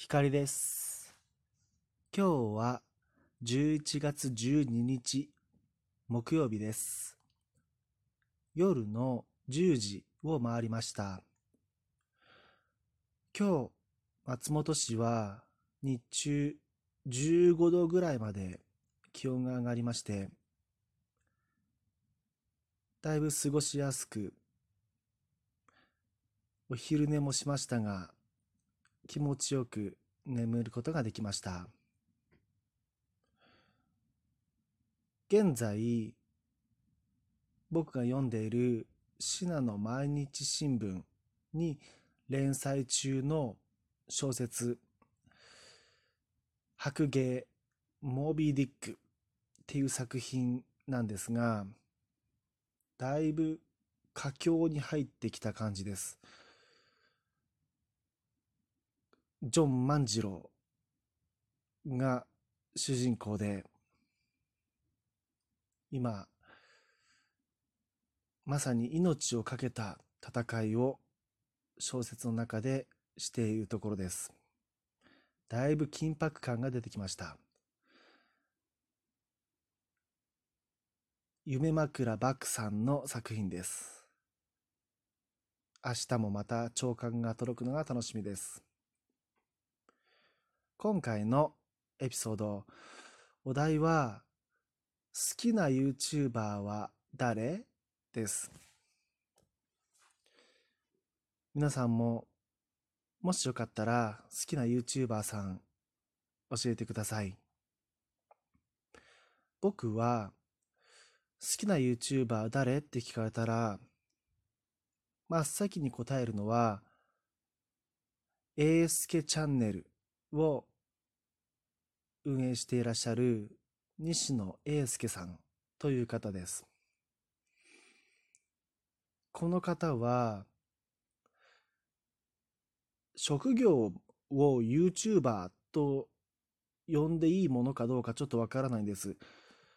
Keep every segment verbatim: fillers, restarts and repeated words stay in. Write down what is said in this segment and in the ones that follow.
光です。今日はじゅういちがつじゅうににち木曜日です。夜のじゅうじを回りました。今日、松本市は日中じゅうごどぐらいまで気温が上がりまして、だいぶ過ごしやすく、お昼寝もしましたが、気持ちよく眠ることができました。現在、僕が読んでいる信濃毎日新聞に連載中の小説白鯨モービーディックっていう作品なんですが、だいぶ佳境に入ってきた感じです。ジョン万次郎が主人公で、今まさに命を懸けた戦いを小説の中でしているところです。だいぶ緊迫感が出てきました。夢枕漠さんの作品です。明日もまた長官が届くのが楽しみです。今回のエピソード、お題は好きな YouTuber は誰です。皆さんももしよかったら好きな YouTuber さん教えてください。僕は好きな YouTuber 誰って聞かれたら真っ先に答えるのは英介チャンネルを運営していらっしゃる西野英介さんという方です。この方は職業を YouTuber と呼んでいいものかどうかちょっとわからないんです。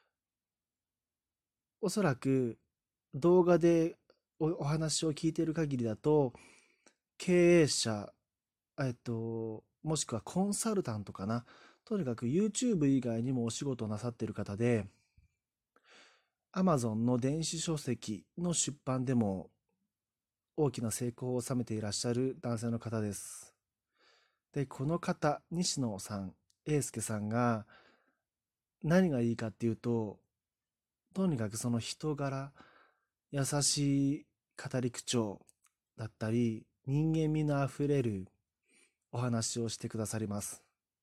おそらく動画でおお話を聞いている限りだと経営者、えっと、もしくはコンサルタントかな。とにかく YouTube 以外にもお仕事をなさっている方で、Amazon の電子書籍の出版でも大きな成功を収めていらっしゃる男性の方です。で、この方、西野さん、英介さんが何がいいかっていうと、とにかくその人柄、優しい語り口調だったり、人間味のあふれるお話をしてくださります。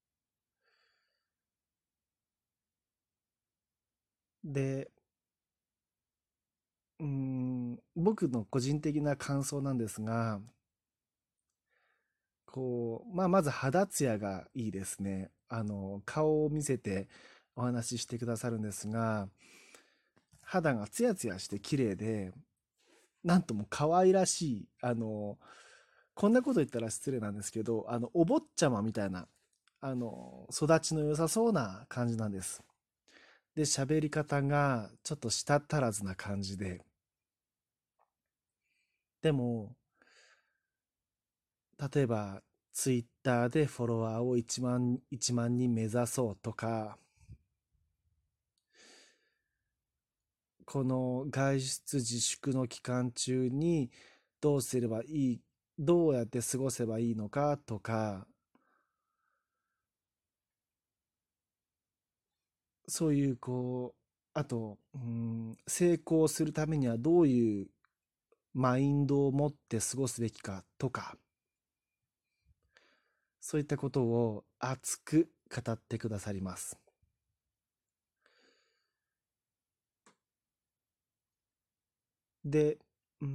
で、うーん、僕の個人的な感想なんですが、こう、まあ、まず肌ツヤがいいですね。あの、顔を見せてお話ししてくださるんですが、肌がツヤツヤして綺麗で、なんとも可愛らしい、あの、こんなこと言ったら失礼なんですけど、あの、お坊ちゃまみたいな、あの、育ちの良さそうな感じなんです。で、喋り方がちょっと舌足らずな感じで、でも、例えば、ツイッターでフォロワーをいちまん、いちまん人目指そうとか、この外出自粛の期間中にどうすればいい、どうやって過ごせばいいのかとか、そういうこう、あと、うん、成功するためにはどういうマインドを持って過ごすべきかとか、そういったことを熱く語ってくださります。で、うん、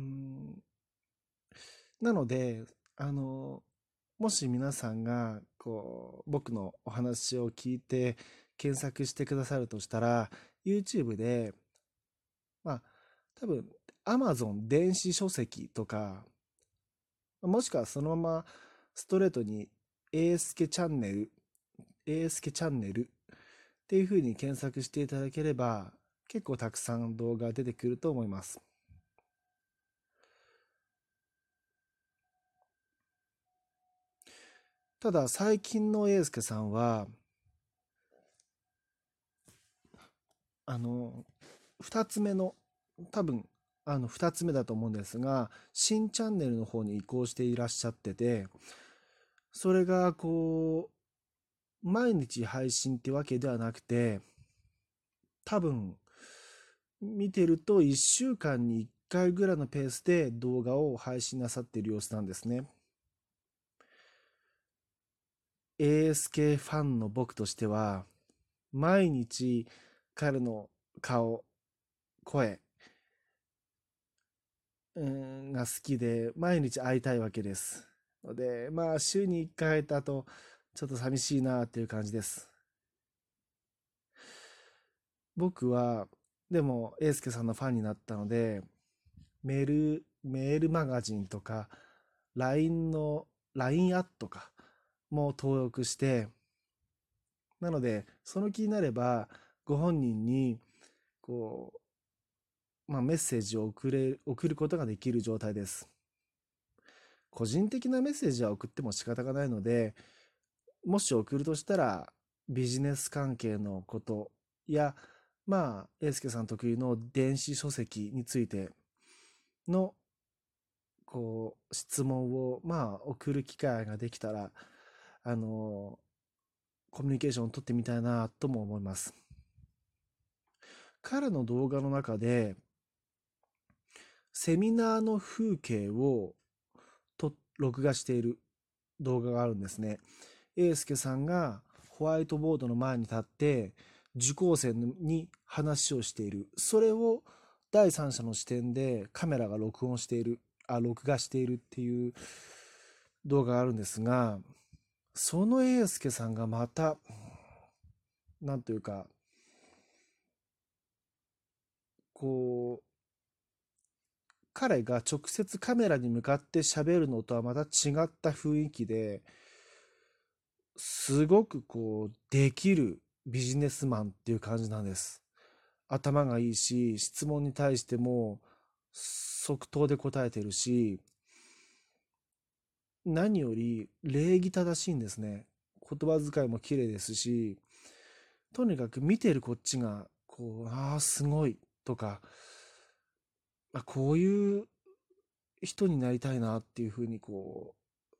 なので、あの、もし皆さんが、こう、僕のお話を聞いて検索してくださるとしたら、YouTube で、まあ、多分、Amazon 電子書籍とか、もしくはそのままストレートに、英介チャンネル、英介チャンネルっていう風に検索していただければ、結構たくさん動画出てくると思います。 ただ最近の英介さんは、あの、二つ目の、多分、あの、二つ目だと思うんですが、新チャンネルの方に移行していらっしゃってて、それが、こう、毎日配信ってわけではなくて、多分、見てるといっしゅうかんにいっかいぐらいのペースで動画を配信なさっている様子なんですね。エーエスケー ファンの僕としては、毎日彼の顔、声、うーんが好きで、毎日会いたいわけです。ので、まあ、週にいっかい会えたと、ちょっと寂しいなっていう感じです。僕は、でも、英介さんのファンになったので、メール、メールマガジンとか、ライン の、ライン アットか、も登録して、なので、その気になれば、ご本人に、こう、まあ、メッセージを送れ、送ることができる状態です。個人的なメッセージは送っても仕方がないので、もし送るとしたら、ビジネス関係のことや、まあ、英介さん得意の電子書籍についての、こう、質問を、まあ、送る機会ができたら、あの、コミュニケーションを取ってみたいなとも思います。彼の動画の中で、セミナーの風景をと録画している動画があるんですね。英介さんがホワイトボードの前に立って受講生に話をしている。それを第三者の視点でカメラが録音している、あ、録画しているっていう動画があるんですが、その英介さんがまた、なんというか、こう、彼が直接カメラに向かって喋るのとはまた違った雰囲気で、すごくこう、できるビジネスマンっていう感じなんです。頭がいいし、質問に対しても即答で答えてるし、何より礼儀正しいんですね。言葉遣いも綺麗ですし、とにかく見てるこっちが、こう、ああ、すごいとか、あ、こういう人になりたいなっていうふうにこ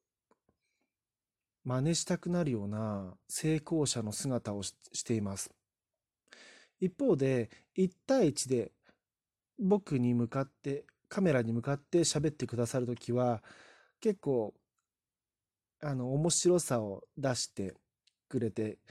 う、真似したくなるような成功者の姿をししています。一方で、一対一で僕に向かって、カメラに向かって喋ってくださるときは、結構、あの、面白さを出してくれて、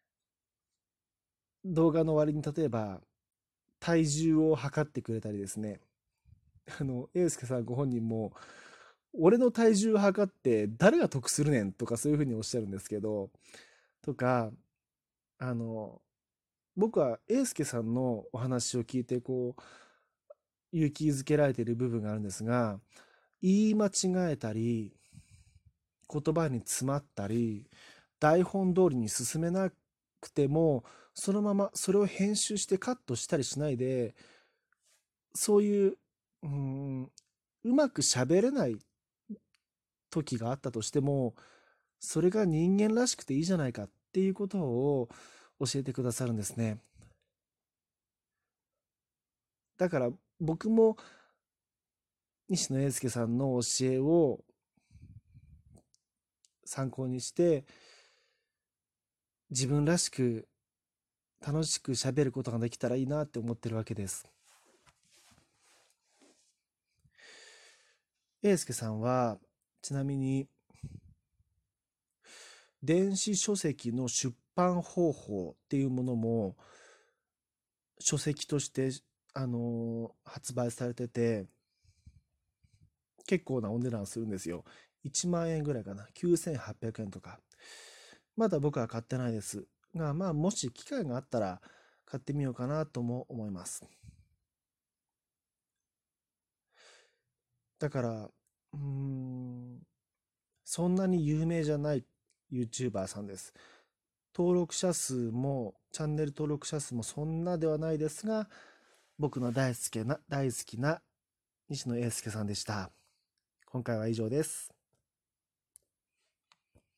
動画の終わりに例えば、体重を測ってくれたりですね。あの、英介さんご本人も、俺の体重を測って誰が得するねんとかそういうふうにおっしゃるんですけど、とか、あの、僕は英介さんのお話を聞いて、こう、勇気づけられている部分があるんですが、言い間違えたり、言葉に詰まったり、台本通りに進めなくても、そのままそれを編集してカットしたりしないで、そういう、うーん、うまく喋れない時があったとしても、それが人間らしくていいじゃないかっていうことを教えてくださるんですね。だから僕も西野英介さんの教えを参考にして、自分らしく楽しく喋ることができたらいいなって思ってるわけです。英介さんはちなみに電子書籍の出版方法っていうものも書籍としてあの発売されてて、結構なお値段するんですよ。いちまん円ぐらいかな。きゅうせんはっぴゃくえんとか。まだ僕は買ってないですが、まあもし機会があったら買ってみようかなとも思います。だから、うーん、そんなに有名じゃない YouTuber さんです。登録者数も、チャンネル登録者数もそんなではないですが、僕の大好きな、大好きな西野英介さんでした。今回は以上です。